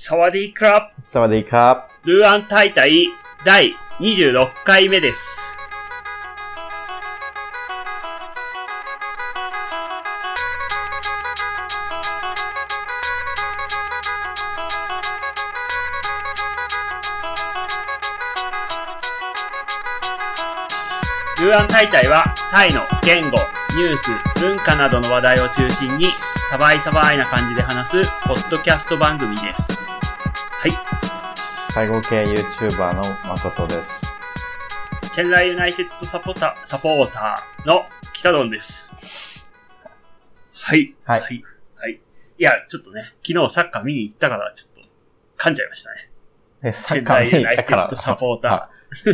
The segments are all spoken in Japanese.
サワディークラブ。 สวัสดีครับ。 ルーアンタイタイ第26回目です。ルーアンタイタイはタイの言語、ニュース、文化などの話題を中心にサバイな感じで話すポッドキャスト番組です。はい。 介護系 YouTuber の誠です。 チェンライユナイテッドサポーターの北ドンです。はい。 はい。 はい。はい。いや、ちょっとね、昨日サッカー見に行ったからちょっと噛んじゃいましたね。 サッカー見に行ったから。 チェンライユナイテッドサポータ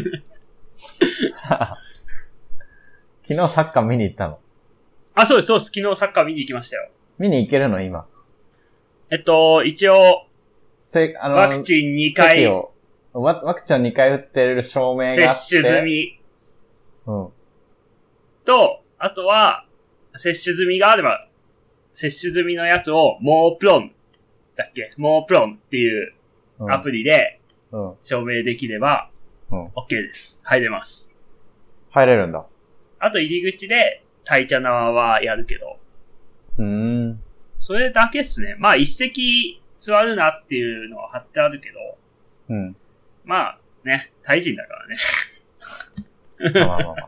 ー。昨日サッカー見に行ったの？ あ、そうです、そうです。昨日サッカー見に行きましたよ。 見に行けるの今？ 一応、ワクチン2回。 ワクチン2回打ってる証明があって。 接種済み。 うん。 と、あとは、接種済みがあれば、接種済みのやつを、モープロンだっけ？モープロンっていうアプリで、証明できれば、OK です。入れます。 入れるんだ。 あと入り口で、タイチャナはやるけど。それだけっすね。まあ一席座るなっていうのは貼ってあるけど。まあね、タイ人だからね。 まあ。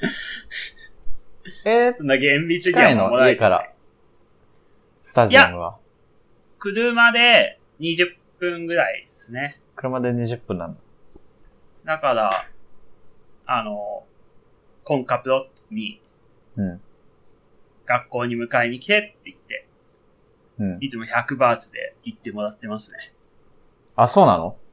そんな厳密には守らない。 家から。スタジアムは。いや、 車で20分ぐらいですね。 車で20分なんだ。 だから、コンカプロに、学校に迎えに来てって言って、いつも100バーツで行ってもらってますね。 あ、そうなの？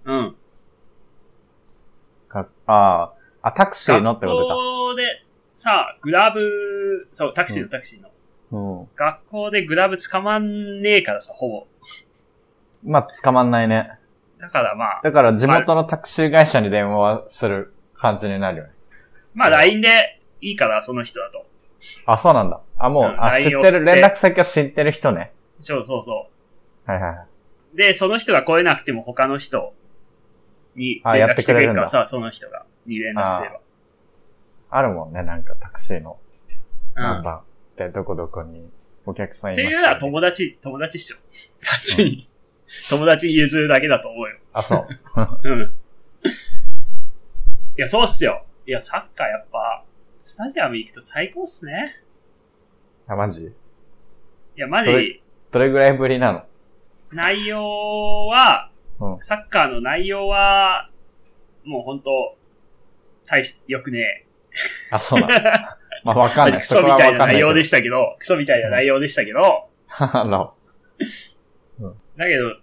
タクシーのってことか。 学校でさ、グラブ、そう、タクシーの。学校でグラブ捕まんねえからさ、ほぼ。 まあ、捕まんないね。 だからまあ。 だから地元のタクシー会社に電話する感じになるよね。まあ、LINE でいいから、その人だと。 あ、そうなんだ。あ、もう、知ってる、連絡先を知ってる人ね。 そう。 はい。 で、その人が来れなくても他の人に連絡してくれるからさ、その人がに連絡すれば。 あるもんね、なんかタクシーのナンバーってどこどこにお客さんいます、ね。 っていうのは友達っしょ。友達に譲るだけだと思うよ。 あ、そう。 いや、そうっすよ。いや、サッカーやっぱ、スタジアム行くと最高っすね。 あ、マジ？いや、マジ。 どれぐらいぶりなの？ 内容は、サッカーの内容は、もうほんと、よくね。 あ、そうなんだ。まあ、わかんない。 クソみたいな内容でしたけど、だけど、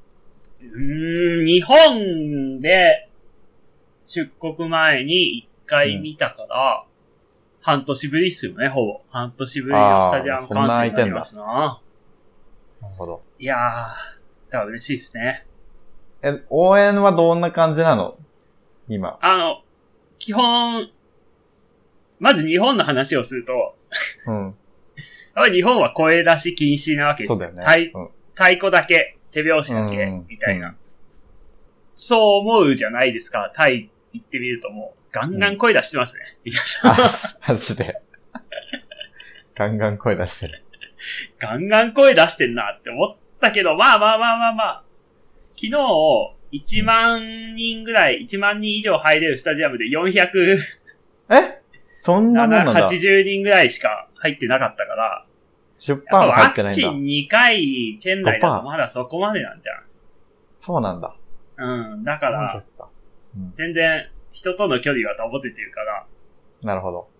日本で出国前に一回見たから、半年ぶりっすよね、ほぼ。半年ぶりのスタジアム観戦になりますな。 なるほど。 いやー、だから嬉しいっすね。 応援はどんな感じなの？今。 基本、まず日本の話をすると、やっぱり日本は声出し禁止なわけですよ。 そうだよね。 太鼓だけ、手拍子だけ、みたいな。そう思うじゃないですか。タイ行ってみるともう、ガンガン声出してますね。皆さん。 マジで。ガンガン声出してる。 ガンガン声出してんなって思ったけど、まあ。昨日、1万人以上入れるスタジアムで400、 そんなもんなんだ。 80人ぐらいしか入ってなかったから、 10%も入ってないんだ。 ワクチン2回、チェン内だとまだそこまでなんじゃん。そうなんだ。 だから、全然人との距離は保ててるから。 なるほど。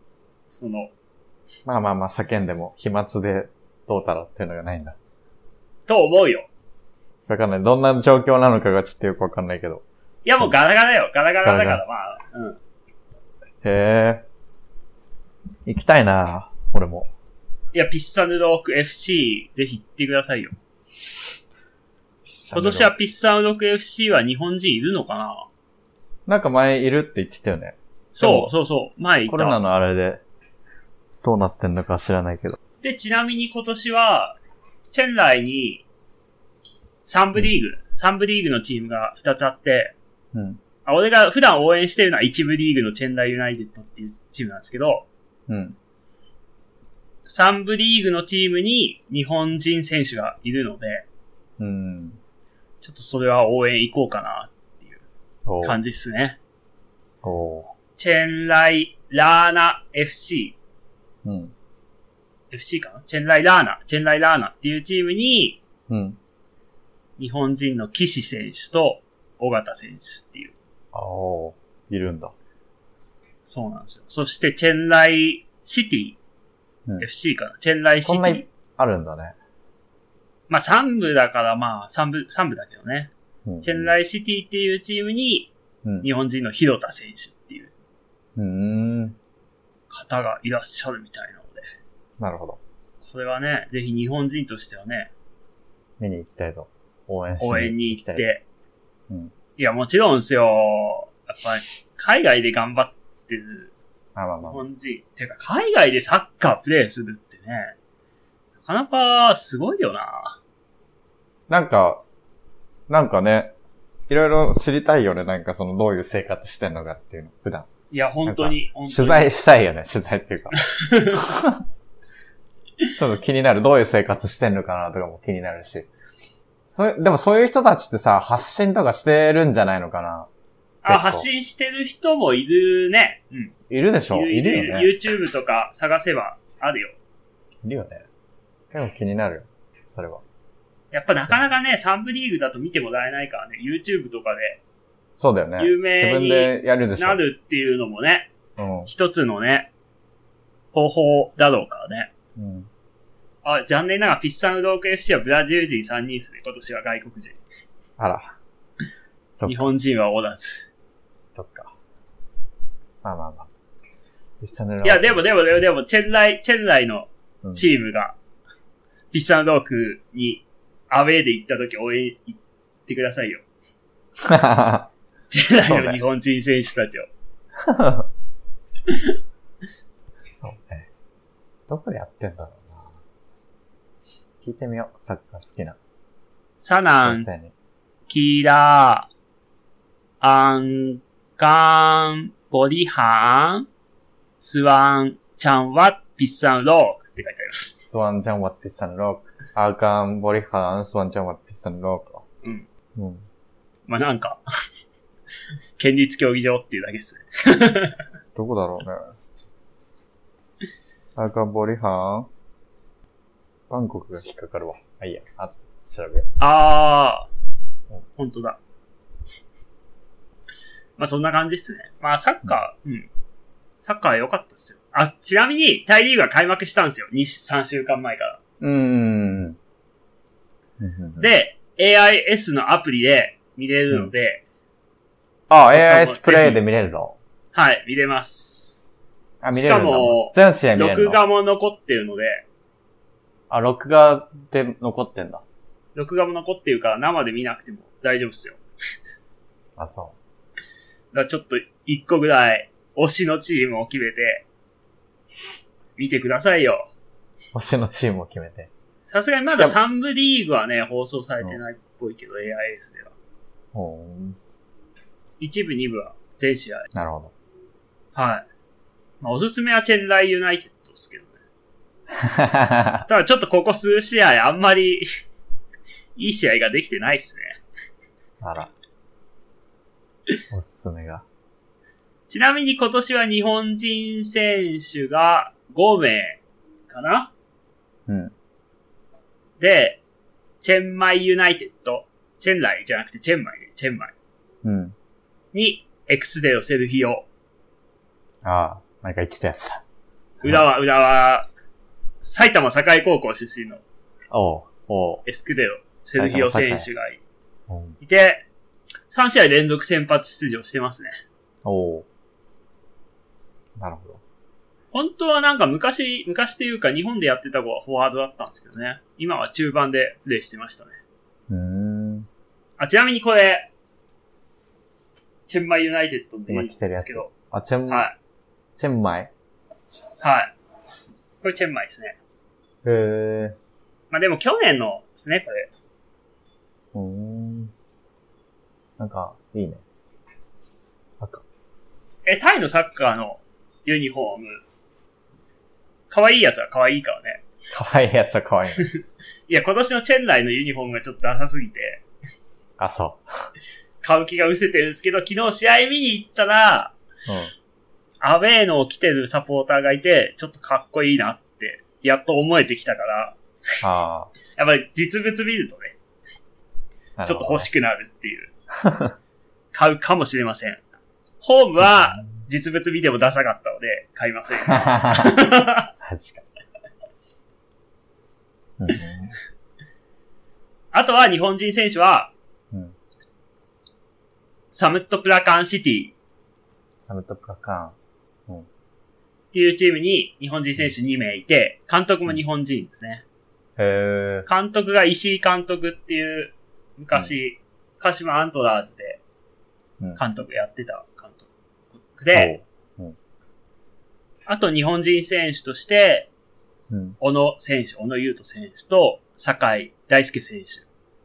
まあ、叫んでも飛沫でどうたらっていうのがないんだ。 と思うよ。 わかんない。どんな状況なのかがちょっとよくわかんないけど。 いやもうガラガラよ。ガラガラだからまあ、 へー。行きたいな俺も。 いや、ピッサヌローク FC ぜひ行ってくださいよ。今年はピッサヌローク FC は日本人いるのかな？ なんか前いるって言ってたよね。 そう。前いた。 コロナのあれで、どうなってんのか知らないけど。 で、ちなみに今年は、チェンライに、 3部リーグのチームが2つあって、俺が普段応援してるのは1部リーグのチェンライユナイテッドっていうチームなんですけど、3部リーグのチームに日本人選手がいるので、ちょっとそれは応援行こうかなっていう感じですね。チェンライラーナ FC。FC かな？チェンライラーナっていうチームに、日本人の岸選手と尾形選手っていう。 いるんだ。 そうなんですよ。そしてチェンライシティ、FC かな？チェンライシティ。 そんなにあるんだね。 まあ3部だから3部だけどね。チェンライシティっていうチームに、日本人の広田選手っていう、方がいらっしゃるみたいなので。 なるほど。 これはね、ぜひ日本人としてはね、 見に行きたいと。応援に行って。いや、もちろんですよ。やっぱり、海外で頑張ってる日本人。てか、海外でサッカープレイするってね、なかなかすごいよな。 なんかね、いろいろ知りたいよね。なんかどういう生活してんのかっていうの、普段。 いや、本当に。 取材したいよね、取材っていうか。ちょっと気になる。どういう生活してんのかなとかも気になるし。でもそういう人たちってさ、発信とかしてるんじゃないのかな。 発信してる人もいるね。 いるでしょ？いるよね。 YouTube とか探せばあるよ。 いるよね。結構気になるよ。それは。 やっぱなかなかね、3部リーグだと見てもらえないからね、YouTube とかで。 そうだよね。 有名になるっていうのもね、一つのね、方法だろうからね。残念ながらピッサンウドーク FC はブラジル人3人ですね、今年は外国人。 あら。 日本人はおらず。 そっか。まあ。 いや、でも、チェンライのチームが、ピッサンウドークにアウェーで行った時応援行ってくださいよ。チェンライの日本人選手たちを。 そうね。どこでやってんだろうな。聞いてみよう。サッカー好きな。 サナン、キラー、アンカン、ボリハン、スワン、チャンワッ、ピッサンロークって書いてあります。 スワン、チャンワッ、ピッサンローク。アンカン、ボリハン、スワン、チャンワッ、ピッサンローク。 まあ、なんか、県立競技場っていうだけですね。 どこだろうね。アンカン、ボリハン、バンコクが引っかかるわ。いいや。調べよう。 ほんとだ。まあそんな感じっすね。まあサッカー、サッカー良かったっすよ。ちなみに、タイリーグが開幕したんですよ。3週間前から。で、AIS のアプリで見れるので。 AIS プレイで見れるの？ はい、見れます。 見れるんだ。しかも、 全試合見れるの？ 録画も残ってるので。 録画で残ってんだ。 録画も残ってるから生で見なくても大丈夫っすよ。 そう。 だからちょっと一個ぐらい推しのチームを決めて、見てくださいよ。 推しのチームを決めて。 さすがにまだ3部リーグはね、放送されてないっぽいけど、AIS では。1部、2部は全試合。 なるほど。 はい。まあ、おすすめはチェンライユナイテッドですけどね。ただちょっとここ数試合あんまりいい試合ができてないっすね。 あら。おすすめが。 ちなみに今年は日本人選手が5名かな？で、チェンマイユナイテッド、チェンライじゃなくてチェンマイね、チェンマイ。に、エクスデロセルヒオ。 なんか言ってたやつだ。 浦和、埼玉栄高校出身の。エスクデロ、セルヒオ選手がいて、3試合連続先発出場してますね。 なるほど。 本当はなんか昔っていうか日本でやってた子はフォワードだったんですけどね。今は中盤でプレイしてましたね。ちなみにこれ、チェンマイユナイテッドでいいんですけど。 チェンマイ？ はい。これチェンマイですね。まあでも去年のですね、これ。 なんか、いいね。赤。 タイのサッカーのユニフォーム、可愛いやつは可愛いからね。 可愛いやつは可愛い、ね。 いや、今年のチェンライのユニフォームがちょっとダサすぎて。 あ、そう。 買う気が失せてるんですけど、昨日試合見に行ったら、アウェーのを着てるサポーターがいて、ちょっとかっこいいなって、やっと思えてきたから、やっぱり実物見るとね、ちょっと欲しくなるっていう。買うかもしれません。ホームは実物見てもダサかったので買いません。確かに。あとは日本人選手は、サムットプラカンシティ。 サムットプラカン。 っていうチームに日本人選手2名いて、監督も日本人ですね。 へー。 監督が石井監督っていう、昔、鹿島アントラーズで監督やってた監督で、あと日本人選手として、小野選手、小野優斗選手と酒井大輔選手。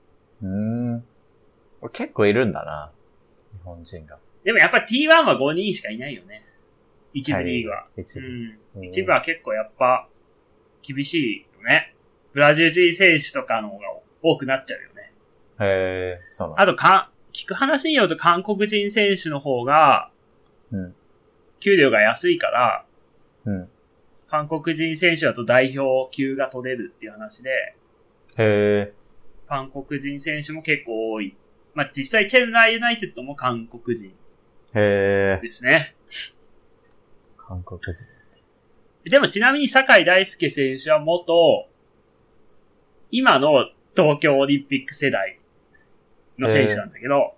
結構いるんだな。日本人が。 でもやっぱ T1 は5人しかいないよね。一部リーグは。一部は結構やっぱ厳しいよね。ブラジル人選手とかの方が多くなっちゃうよね。 へー、そうなんだ。 あと聞く話によると韓国人選手の方が、給料が安いから、韓国人選手だと代表級が取れるっていう話で、韓国人選手も結構多い。まあ、実際チェンライユナイテッドも韓国人ですね。 韓国人。 でもちなみに酒井大輔選手は今の東京オリンピック世代の選手なんだけど、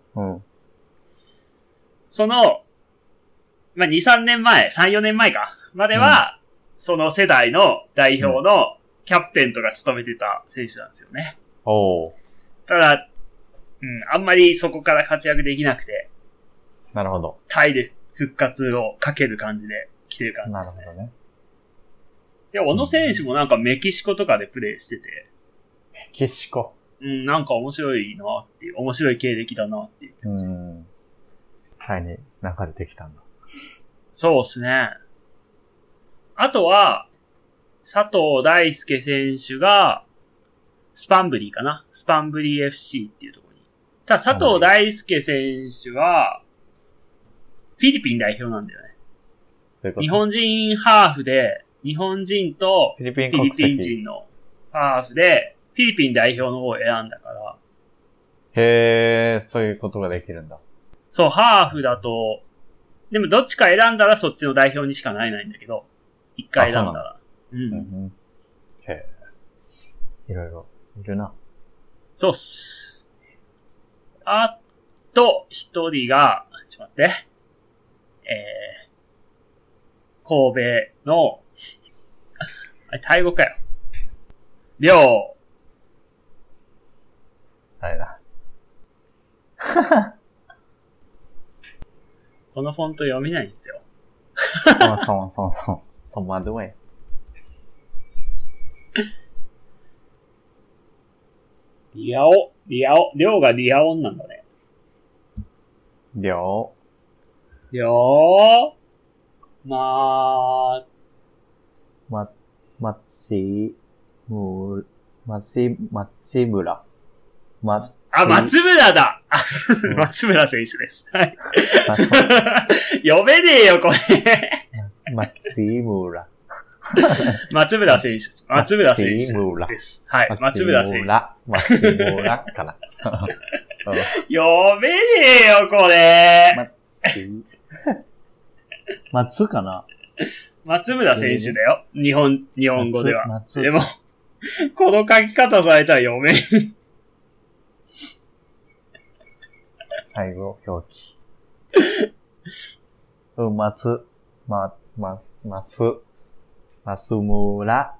その、まあ、2、3年前、3、4年前か、までは、その世代の代表のキャプテンとか務めてた選手なんですよね。ただ、あんまりそこから活躍できなくて。 なるほど。 タイで復活をかける感じで来てる感じですね。なるほどね。で、小野選手もなんかメキシコとかでプレーしてて。 メキシコ。 なんか面白いなっていう、面白い経歴だなっていう。 タイに流れてきたんだ。 そうですね。あとは、佐藤大輔選手が、スパンブリーかな？スパンブリー FC っていうところに。ただ佐藤大輔選手は、フィリピン代表なんだよね。日本人ハーフで、日本人とフィリピン人のハーフで、フィリピン代表の方を選んだから。 へー、そういうことができるんだ。 そう、ハーフだと、でもどっちか選んだらそっちの代表にしかなれないんだけど、一回選んだら。 へー。いろいろいるな。 そうっす。あと、一人が、ちょっと待って。神戸の、あれ、タイ語かよ。りょう。 あれだ。 このフォント読めないんですよ。 そんまどえ。 りょうがリアオンなんだね。 りょう。 松村。 松村だ松村選手です。はい。読めねえよ、これ。松村選手です。松村選手です。はい。松村選手。 松村かな。 読めねえよ、これ。 松かな。 松村選手だよ。日本語では。でも、この書き方されたら読めん。 最後、表記。松村。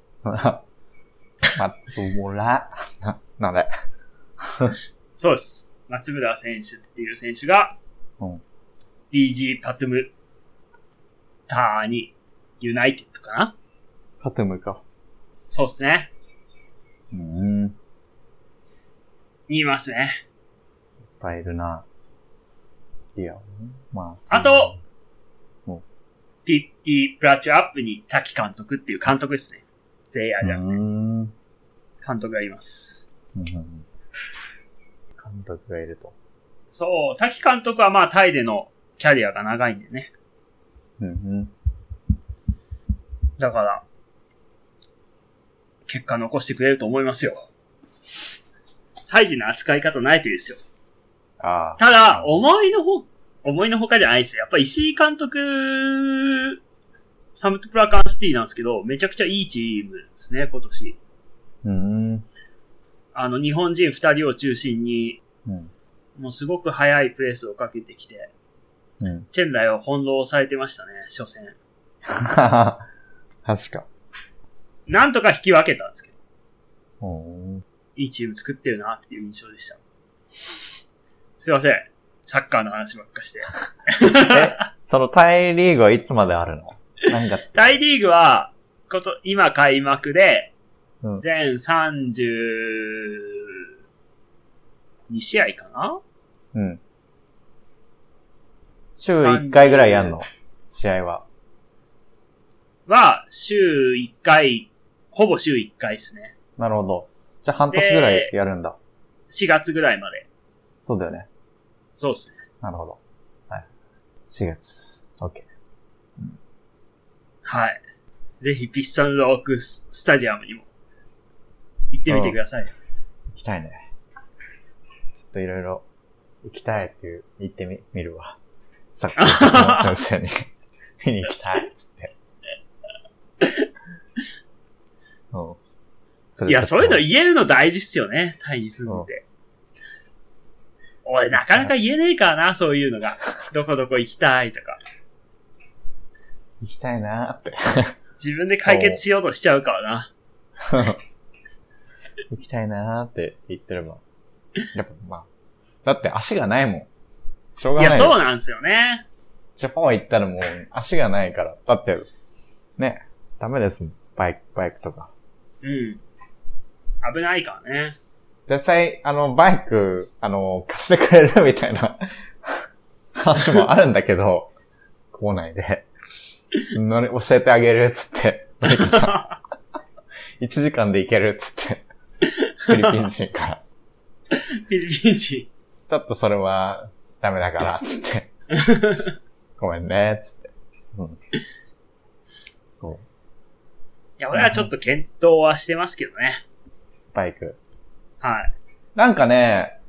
なんでそうです。松村選手っていう選手が、DG パトゥムターニユナイテッドかな？ パトゥムか。 そうですね。 いますね。 いっぱいいるな。いや、まあ。あと、50ブラッチアップに滝監督っていう監督ですね。ゼイヤーじゃなくて。監督がいます。 監督がいると。 そう、滝監督はまあタイでのキャリアが長いんでね。だから、結果残してくれると思いますよ。タイ人の扱い方ないとですよ。ただ、思いのほかじゃないですよ。やっぱり石井監督、サムトプラカンシティなんですけど、めちゃくちゃいいチームですね、今年。日本人2人を中心に、もうすごく速いプレスをかけてきて、チェンライを翻弄されてましたね、初戦。 確か。 なんとか引き分けたんですけど。いいチーム作ってるなっていう印象でした。すいません。サッカーの話ばっかして。 そのタイリーグはいつまであるの？何月？ タイリーグは、今開幕で、全32試合かな？ 週1回ぐらいやんの？試合は。 週1回、ほぼ週1回ですね。 なるほど。じゃあ半年ぐらいやるんだ。 4月ぐらいまで。 そうだよね。 そうですね。 なるほど。はい。4月。OK。 はい。ぜひピッサンロークスタジアムにも行ってみてください。 行きたいね。ちょっといろいろ行きたいって言ってみるわ。サッカーの先生に見に行きたいっつって。 いや、そういうの言えるの大事っすよね。タイに住んで。俺、なかなか言えねえからな、そういうのが。どこどこ行きたいとか。 行きたいなーって。 自分で解決しようとしちゃうからな。 行きたいなーって言ってれば。やっぱまあ。だって足がないもん。しょうがない。 いや、そうなんですよね。 ジャパン行ったらもう足がないから。だって、ね、ダメですもん。バイクとか。 危ないからね。 実際、バイク、貸してくれるみたいな話もあるんだけど、校内で。教えてあげるっつって。1時間で行けるっつって。フィリピン人から。 フィリピン人。 ちょっとそれはダメだから、つって。ごめんね、つって。 いや、俺はちょっと検討はしてますけどね。 バイク。 はい。 なんかね、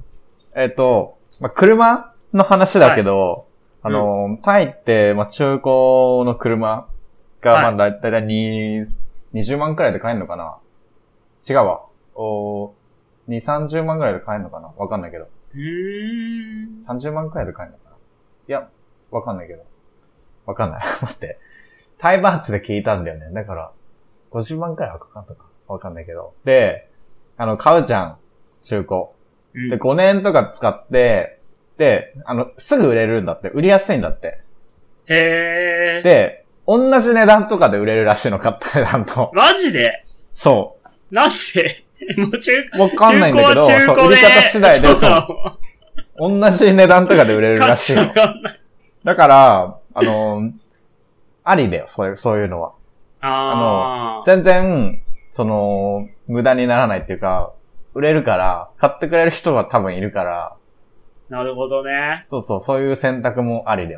車の話だけど、タイって、中古の車が、だいたい20万くらいで買えるのかな？違うわ。2、30万くらいで買えるのかな？わかんないけど。30万くらいで買えるのかな？いや、わかんないけど。わかんない。待って。タイバーツで聞いたんだよね。だから、50万くらいはかかったかわかんないけど。で、買うじゃん。中古。で、5年とか使って、で、すぐ売れるんだって。売りやすいんだって。 へー。 で、同じ値段とかで売れるらしいの、買った値段と。 マジで？ そう。 なんでもうわかんないんだけど、そう、売り方次第で、そう。同じ値段とかで売れるらしいの。だから、ありだよ、そういうのは。全然、無駄にならないっていうか、売れるから、買ってくれる人は多分いるから。 なるほどね。 そういう選択もありだよ。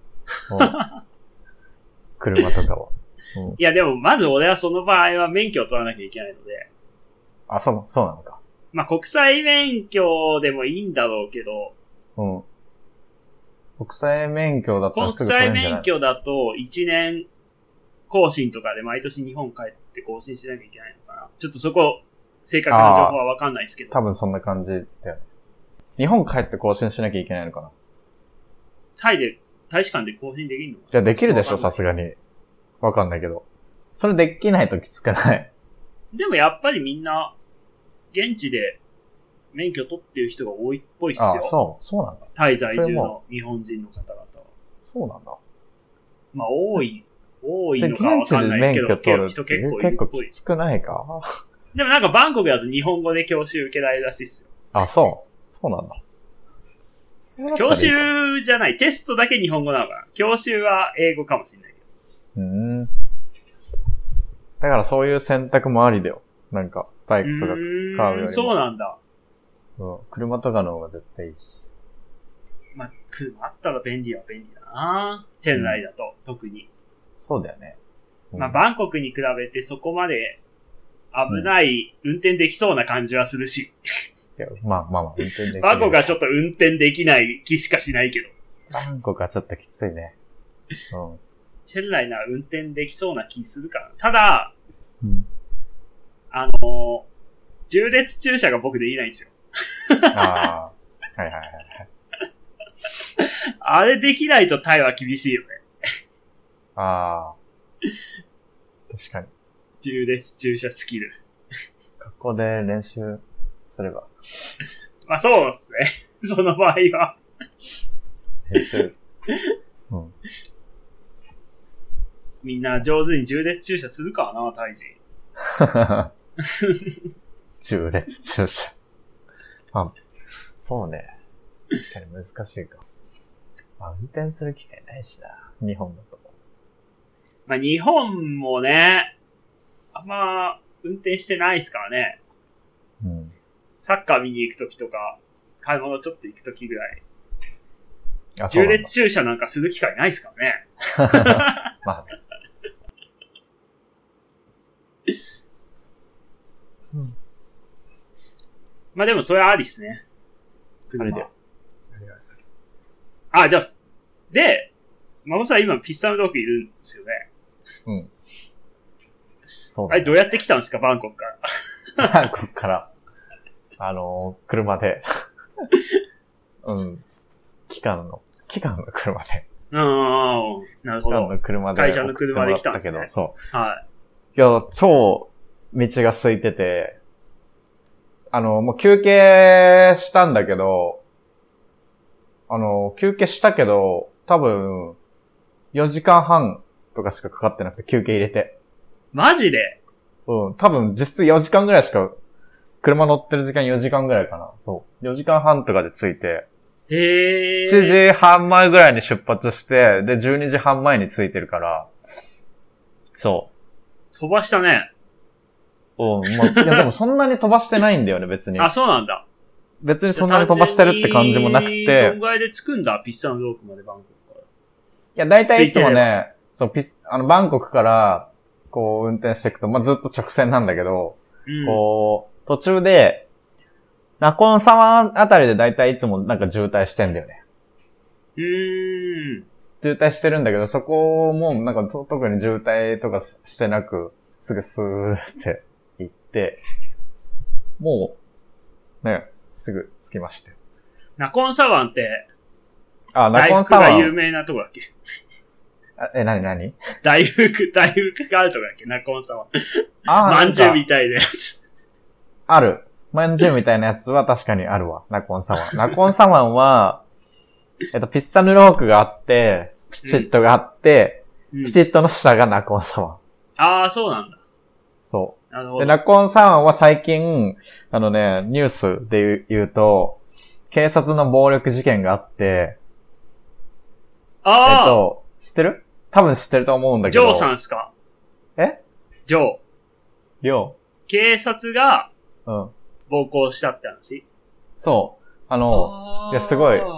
車とかは。 いや、でも、まず俺はその場合は免許を取らなきゃいけないので。 そうなのか。 まあ、国際免許でもいいんだろうけど。 国際免許だったらすぐ取れるんじゃない？ 国際免許だと1年更新とかで毎年日本帰って更新しなきゃいけないのかな。ちょっとそこ、正確な情報はわかんないですけど。 多分そんな感じだよね。日本帰って更新しなきゃいけないのかな。 大使館で更新できるの？ じゃあできるでしょ、さすがに。わかんないけど。それできないときつくない？ でもやっぱりみんな、現地で免許取ってる人が多いっぽいっすよ。 そうなんだ。 タイ在住の日本人の方々は。 そうなんだ。 まあ多いのかわかんないですけど、人結構いるっぽい。 結構きつくないか？ でもなんかバンコクだと日本語で教習受けられるらしいっすよ。 あ、そうなんだ。 教習じゃない。テストだけ日本語なのかな。教習は英語かもしれないけど。 だからそういう選択もありだよ。なんか、バイクとか買うよりも。 そうなんだ。 車とかの方が絶対いいし。 まあ、車あったら便利は便利だな。チェンライだと、特に。 そうだよね。 まあ、バンコクに比べてそこまで危ない、運転できそうな感じはするし。 いやまあ、運転できない。 バンコクはちょっと運転できない気しかしないけど。 バンコクはちょっときついね。 チェンライなら運転できそうな気するから。ただ、縦列駐車が僕できないんですよ。 ああ。はい。 あれできないとタイは厳しいよね。 ああ。確かに。 縦列駐車スキル。 学校で練習すれば。 まあそうですね。その場合は。 練習。 みんな上手に縦列駐車するかな、タイ人。 縦列駐車。そうね。確かに難しいか。運転する機会ないしな。日本だと。 まあ日本もね、あんま運転してないですからね。サッカー見に行くときとか、買い物ちょっと行くときぐらい。縦列駐車なんかする機会ないですからね。 まあね。 まあでもそれはありっすね。 ありで。 あ、じゃあ、で、まこさん今ピッサムドークいるんですよね。 そうだね。 あれどうやって来たんですか、バンコクから。バンコクから。車で。機関の車で。 なるほど。会社の車で来たんですね。 そう。 はい。 いや、超道が空いてて、もう休憩したんだけど、休憩したけど、多分、4時間半とかしかかかってなくて、休憩入れて。 マジで？ 多分実質4時間ぐらいしか、車乗ってる時間4時間ぐらいかな。そう。4時間半とかで着いて。7時半前ぐらいに出発して、で、12時半前に着いてるから、そう。 飛ばしたね。 いやでもそんなに飛ばしてないんだよね、別に。 あ、そうなんだ。 別にそんなに飛ばしてるって感じもなくて。 そんぐらいで着くんだ、ピッサムドークまでバンコクから。 いや、だいたいいつもね、バンコクから、こう、運転していくと、ずっと直線なんだけど、こう、途中で、ナコンサワンあたりでだいたいいつもなんか渋滞してんだよね。渋滞してるんだけど、そこもなんか特に渋滞とかしてなく、すぐスーって行って、もう、ね、すぐ着きまして。 ナコンサワンって、 ナコンサワン。 大福が有名なとこだっけ？ 何大福があるとこだっけ？ナコンサワン。まんじゅうみたいなやつ。 ある。まんじゅうみたいなやつは確かにあるわ。ナコンサワン。ナコンサワンは、ピッサヌロークがあって、ピチットがあって、ピチットの下がナコンサワン。 ああ、そうなんだ。 そう。なるほど。で、ナコンサワンは最近、ニュースで言うと、警察の暴力事件があって、知ってる？多分知ってると思うんだけど。 ジョーさんすか？ジョー。警察が、暴行したって話？ そう。いや、すごい。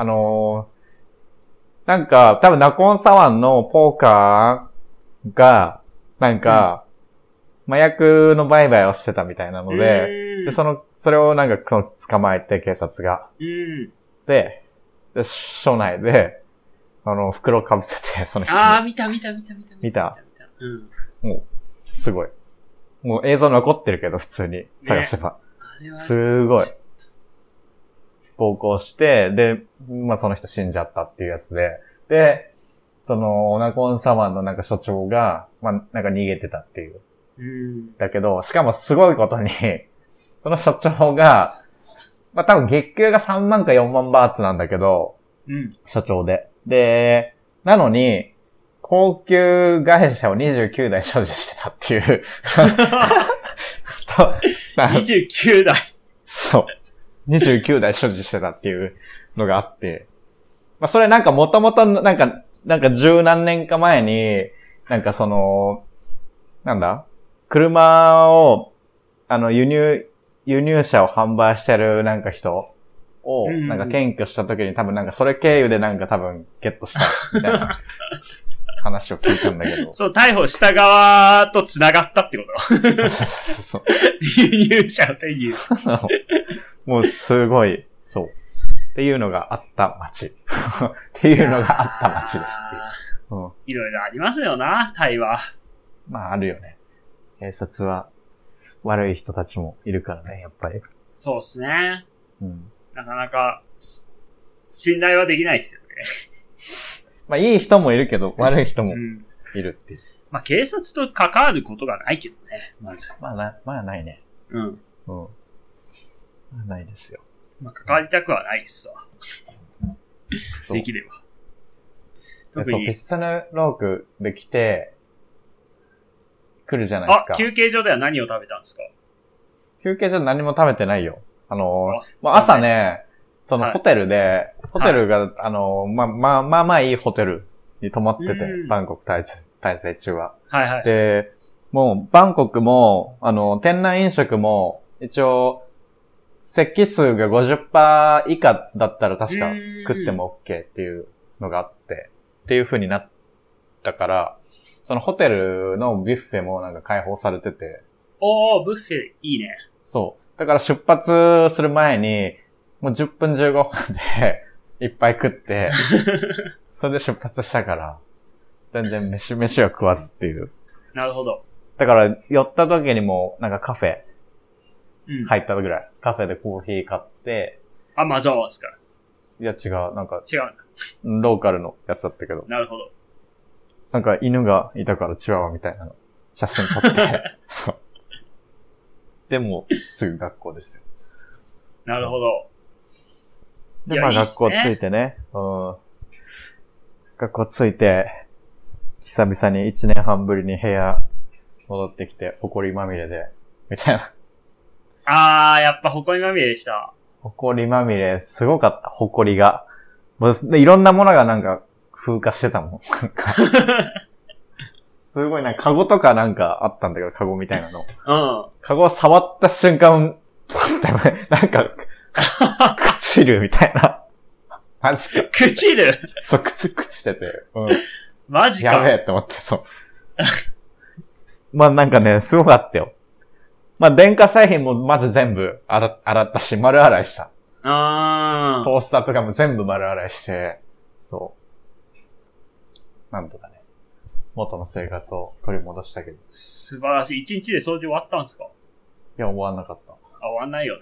なんか、多分ナコンサワンのポーカーが、なんか、麻薬の売買をしてたみたいなので、それをなんか捕まえて警察が。で、署内で、袋かぶせて、その人に。 ああ、見た。 見た。もう、すごい。もう映像残ってるけど、普通に探せば。すごい。暴行して、で、その人死んじゃったっていうやつで、で、ナコンサワンのなんか所長が、なんか逃げてたっていう。だけど、しかもすごいことに、その所長が、多分月給が3万か4万バーツなんだけど、所長で。で、なのに、高級外車を29台所持してたっていう。 29台そう。 29台所持してたっていうのがあって、まあそれなんかもともとなんか十何年か前に、なんかその、なんだ車を、輸入車を販売してるなんか人を、なんか検挙した時に多分なんかそれ経由でなんか多分ゲットしたみたいな話を聞いたんだけど。 そう、逮捕した側と繋がったってことそう。輸入車を手に入れる。 もうすごい、そう。っていうのがあった街。っていうのがあった街ですっていう。うん、 いろいろありますよな、タイは。 まああるよね。警察は悪い人たちもいるからね、やっぱり。 そうですね。 うん。 なかなか、信頼はできないですよね。 まあいい人もいるけど、悪い人もいるっていう。 まあ警察と関わることがないけどね、まず。 まあないね。 うん。 うん。ないですよ。 まあ関わりたくはないっすわ。できれば。 そう、ピッサヌロークで来て、来るじゃないですか。 休憩所では何を食べたんですか？ 休憩所で何も食べてないよ。まあ、朝ね、そのホテルで、ホテルが、まあいいホテルに泊まってて、バンコク滞在中は。 はいはい。 で、もう、バンコクも、店内飲食も、一応、席数が 50% 以下だったら確か食っても OK っていうのがあって、っていう風になったから、そのホテルのビュッフェもなんか開放されてて。 おー、ビュッフェいいね。 そう。だから出発する前に、もう10分15分でいっぱい食って、それで出発したから、全然飯は食わずっていう。 なるほど。 だから寄った時にもなんかカフェ入ったぐらい。カフェでコーヒー買って。 マゾーンですか？ いや違う、なんか。 違うんだ。 ローカルのやつだったけど。 なるほど。 なんか犬がいたからチワワみたいなの写真撮って。そう。でも、すぐ学校ですよ。 なるほど。 で、まあ学校着いてね。学校着いて、久々に1年半ぶりに部屋戻ってきて、埃まみれで、みたいな。やっぱ埃まみれでした。 埃まみれ、すごかった、埃が。もういろんなものがなんか、風化してたもん。すごいカゴとかなんかあったんだけど、カゴみたいなの。 うん。 カゴを触った瞬間、なんか、朽ちるみたいな。マジか。 朽ちる？ そう、朽ちてて。うん。 マジか。 やべえって思って、そう。まあなんかね、すごかったよ。まあ電化製品もまず全部洗ったし、丸洗いした。トースターとかも全部丸洗いして、そう。なんとかね。元の生活を取り戻したけど。 素晴らしい。1日で掃除終わったんですか？いや、終わんなかった。 終わんないよね。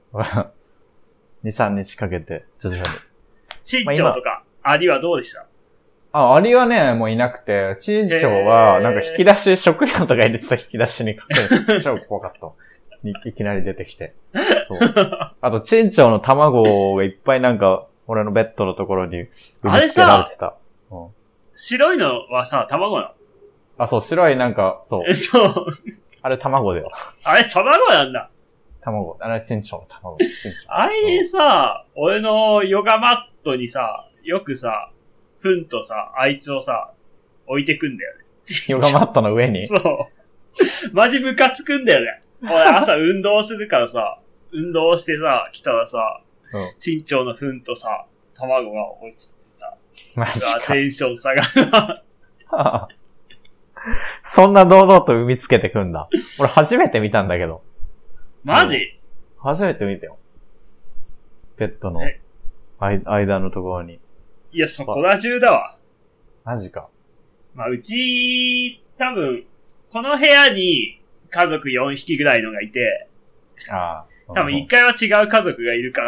2、3日かけて、徐々に。 チンチョウとか、アリはどうでした？ アリはね、もういなくて、チンチョウは、なんか引き出し、食料とか入れてた引き出しにかけて、超怖かった。いきなり出てきて。そう。あと、チンチョウの卵がいっぱいなんか、俺のベッドのところに産みつけられてた。 白いのはさ、卵なの？ そう、白いなんか、そう。 そう。 あれ卵だよ。 あれ卵なんだ。 卵。あれチンチョウの卵。 あれさ、俺のヨガマットにさ、よくさ、糞とさ、あいつをさ、置いてくんだよね。 ヨガマットの上に？ そう。マジムカつくんだよね。俺朝運動するからさ、運動してさ、来たらさ、チンチョウの糞とさ、卵が落ちてさ、テンション下がるな。 そんな堂々と産みつけてくんだ。俺初めて見たんだけど。 マジ？ 初めて見たよ。ベッドの間のところに。 いや、そこら中だわ。 マジか。 まあ、うち、多分、この部屋に家族4匹ぐらいのがいて、多分1回は違う家族がいるから。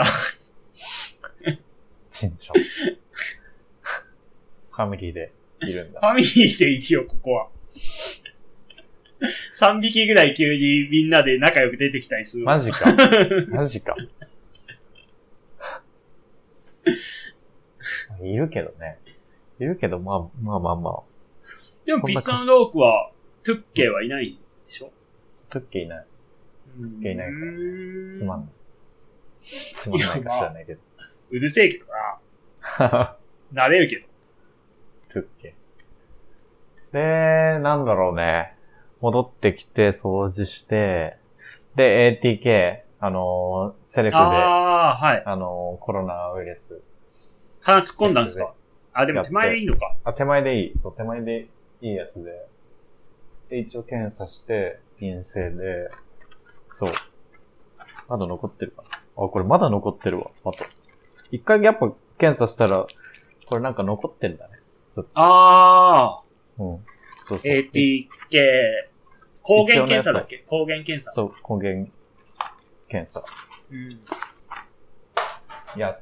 チンチョウ。ファミリーでいるんだ。 ファミリーでいるよ、ここは。3匹ぐらい急にみんなで仲良く出てきたりする。 マジか。マジか。いるけどね。いるけど、まあ。 でもピッサンロークは、トゥッケイはいないでしょ？ トゥッケイいない。トゥッケイいないから。つまんない。 つまんないか知らないけど。 うるせえけどな。慣れるけど。 トゥッケ。で、なんだろうね。戻ってきて掃除して、で、ATK、セレクで、 はい。 コロナウイルス。 鼻突っ込んだんですか？あ、でも手前でいいのか。 手前でいい。そう、手前でいいやつで。で、一応検査して、陰性で、そう。まだ残ってるかな。あ、これまだ残ってるわ。あと。一回やっぱ検査したら、これなんか残ってんだね。ずっと。 あー。うん。そうそう。 ATK、抗原検査だっけ？抗原検査。 そう、抗原検査。 うん。 やって、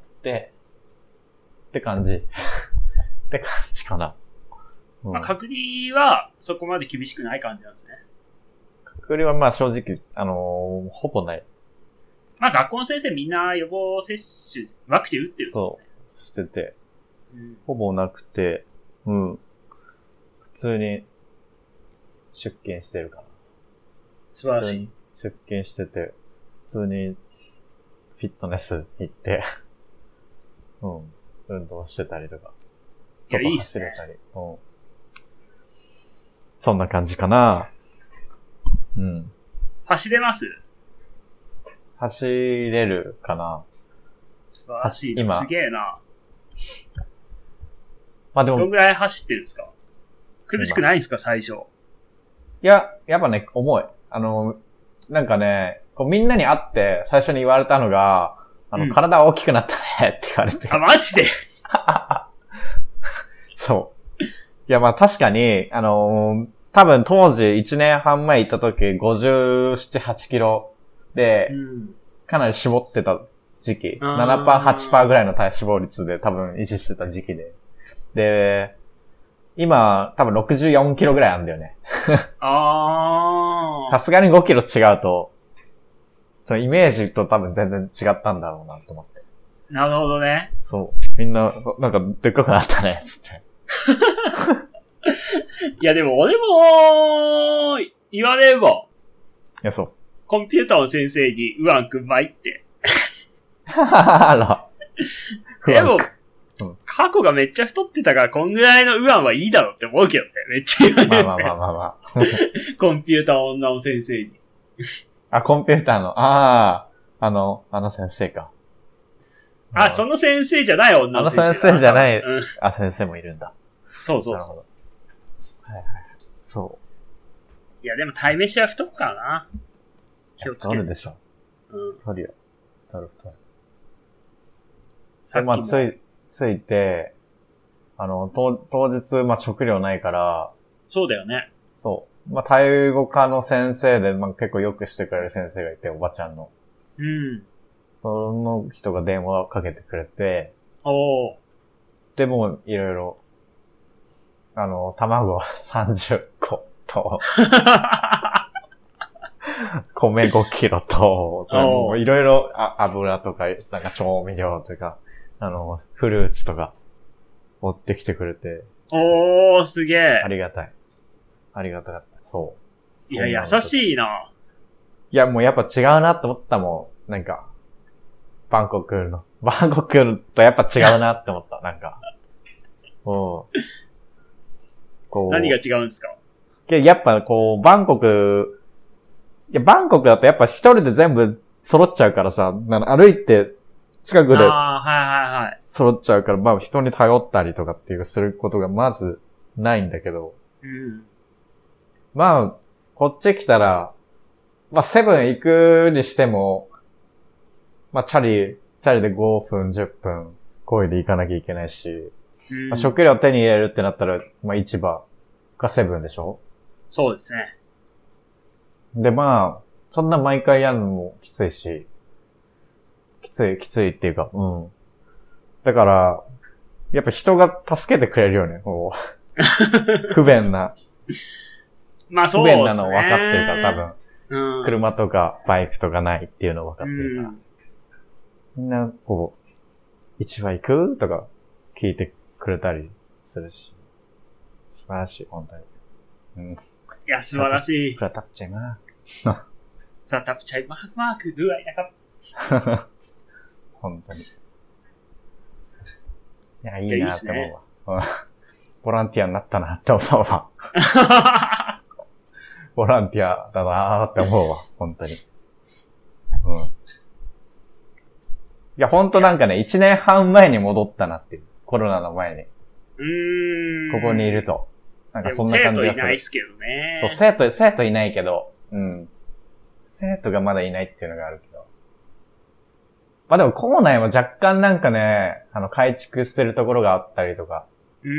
って感じ。って感じかな。 うん、まあ、隔離はそこまで厳しくない感じなんですね。 隔離はまあ正直、ほぼない。 まあ学校の先生みんな予防接種、ワクチン打ってる、ね。 そう、してて、 うん。 ほぼなくて、うん。普通に出勤してるかな。 素晴らしい。 出勤してて、普通にフィットネス行って、うん。運動してたりとか。外走れたり。うん。そんな感じかな。うん。 走れます？ 走れるかな。 素晴らしい。今。すげえな。 まあでも。 どんぐらい走ってるんですか？苦しくないんですか最初。 いや、やっぱね、重い。なんかね、こうみんなに会って最初に言われたのが、体大きくなったねって言われて。 あ、マジでそう。いや、まあ確かに、多分当時1年半前行った時57、8キロで、かなり絞ってた時期。7%、8% ぐらいの体脂肪率で多分維持してた時期で。で、今多分64キロぐらいあるんだよね。さすがに5キロ違うと、そのイメージと多分全然違ったんだろうなと思って。 なるほどね。 そう。みんな、なんかでっかくなったね、つって。 いやでも俺も、言われるわ。 いや、そう。 コンピューターの先生に、ウアンくんまいって。 あら。 でも、過去がめっちゃ太ってたから、こんぐらいのウアンはいいだろうって思うけどね。めっちゃ言われる、ね。 まあ。 コンピューター女の先生に。 あ、コンピューターの、あの先生か。 あ、その先生じゃない女の先生。 先生じゃない、先生もいるんだ。 そうそうそう。 なるほど。はいはい。そう。 いや、でも鯛めしは太るからな。気をつけて。 太るでしょ。太るよ。太る。 さっきも。 まあ、ついて、当日、まあ、食料ないから。 そうだよね。 そう。まあ、タイ語科の先生で、まあ、結構よくしてくれる先生がいて、おばちゃんの。 うん。 その人が電話をかけてくれて。 おー。 で、もう、いろいろ、卵30個と、米5キロと、いろいろ油とか、なんか調味料とか、フルーツとか、持ってきてくれて。 おー、すげえ。 ありがたい。ありがたかった。そう。 いや、優しいな。 いや、もうやっぱ違うなって思ったもん。なんか、バンコクとやっぱ違うなって思った。なんか。こう。何が違うんですか？ やっぱバンコクだとやっぱ一人で全部揃っちゃうからさ、歩いて近くで揃っちゃうから、まあ人に頼ったりとかっていうすることがまずないんだけど。まあ、こっち来たら、まあセブン行くにしても、まあチャリで5分、10分、漕いで行かなきゃいけないし、まあ、食料手に入れるってなったら、まあ市場がセブンでしょ？ そうですね。 で、まあ、そんな毎回やるのもきついし、きついっていうか、だから、やっぱ人が助けてくれるよね、不便な。 まあそうですね。 不便なの分かってるから多分、車とかバイクとかないっていうの分かってるから。みんな、市場行くとか聞いてくれたりするし、素晴らしい、本当に。 いや、素晴らしい。 プラタッチャイマーク。 プラタッチャイマーク、ドゥアイナカ。 本当に。いや、いいなって思うわ。ボランティアになったなって思うわ。ボランティアだなって思うわ、本当に。うん。いや、本当なんかね、1年半前に戻ったなっていう。コロナの前に。ここにいると。なんかそんな感じがする。 生徒いないっすけどね。 そう、生徒いないけど、うん。生徒がまだいないっていうのがあるけど。まあでも校内も若干なんかね、改築してるところがあったりとか。うん。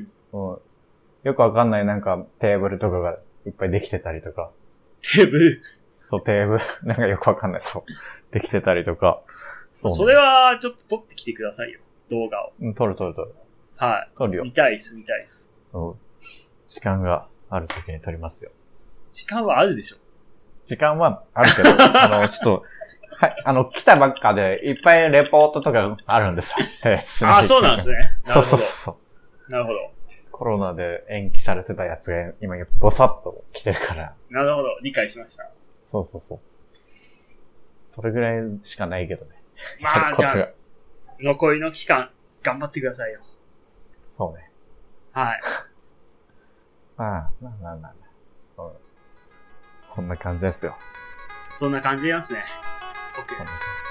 よくわかんないなんかテーブルとかがいっぱいできてたりとか。 テーブルそう、テーブル、なんかよくわかんない。そう。できてたりとか。 そう、ね。それはちょっと撮ってきてくださいよ。動画を。 うん、撮る。 はい。 撮るよ。 見たいっす。 うん。時間がある時に撮りますよ。 時間はあるでしょ。 時間はあるけど、ちょっと、はい、来たばっかでいっぱいレポートとかあるんですよ。 あ、そうなんですね。 そう。 なるほど。 コロナで延期されてたやつが今ドサッと来てるから。 なるほど。理解しました。 そう。それぐらいしかないけどね。 まあ、じゃあ、残りの期間、頑張ってくださいよ。 そうね。 はい。 まあ。そんな感じですよ。 そんな感じなんですね。OK です。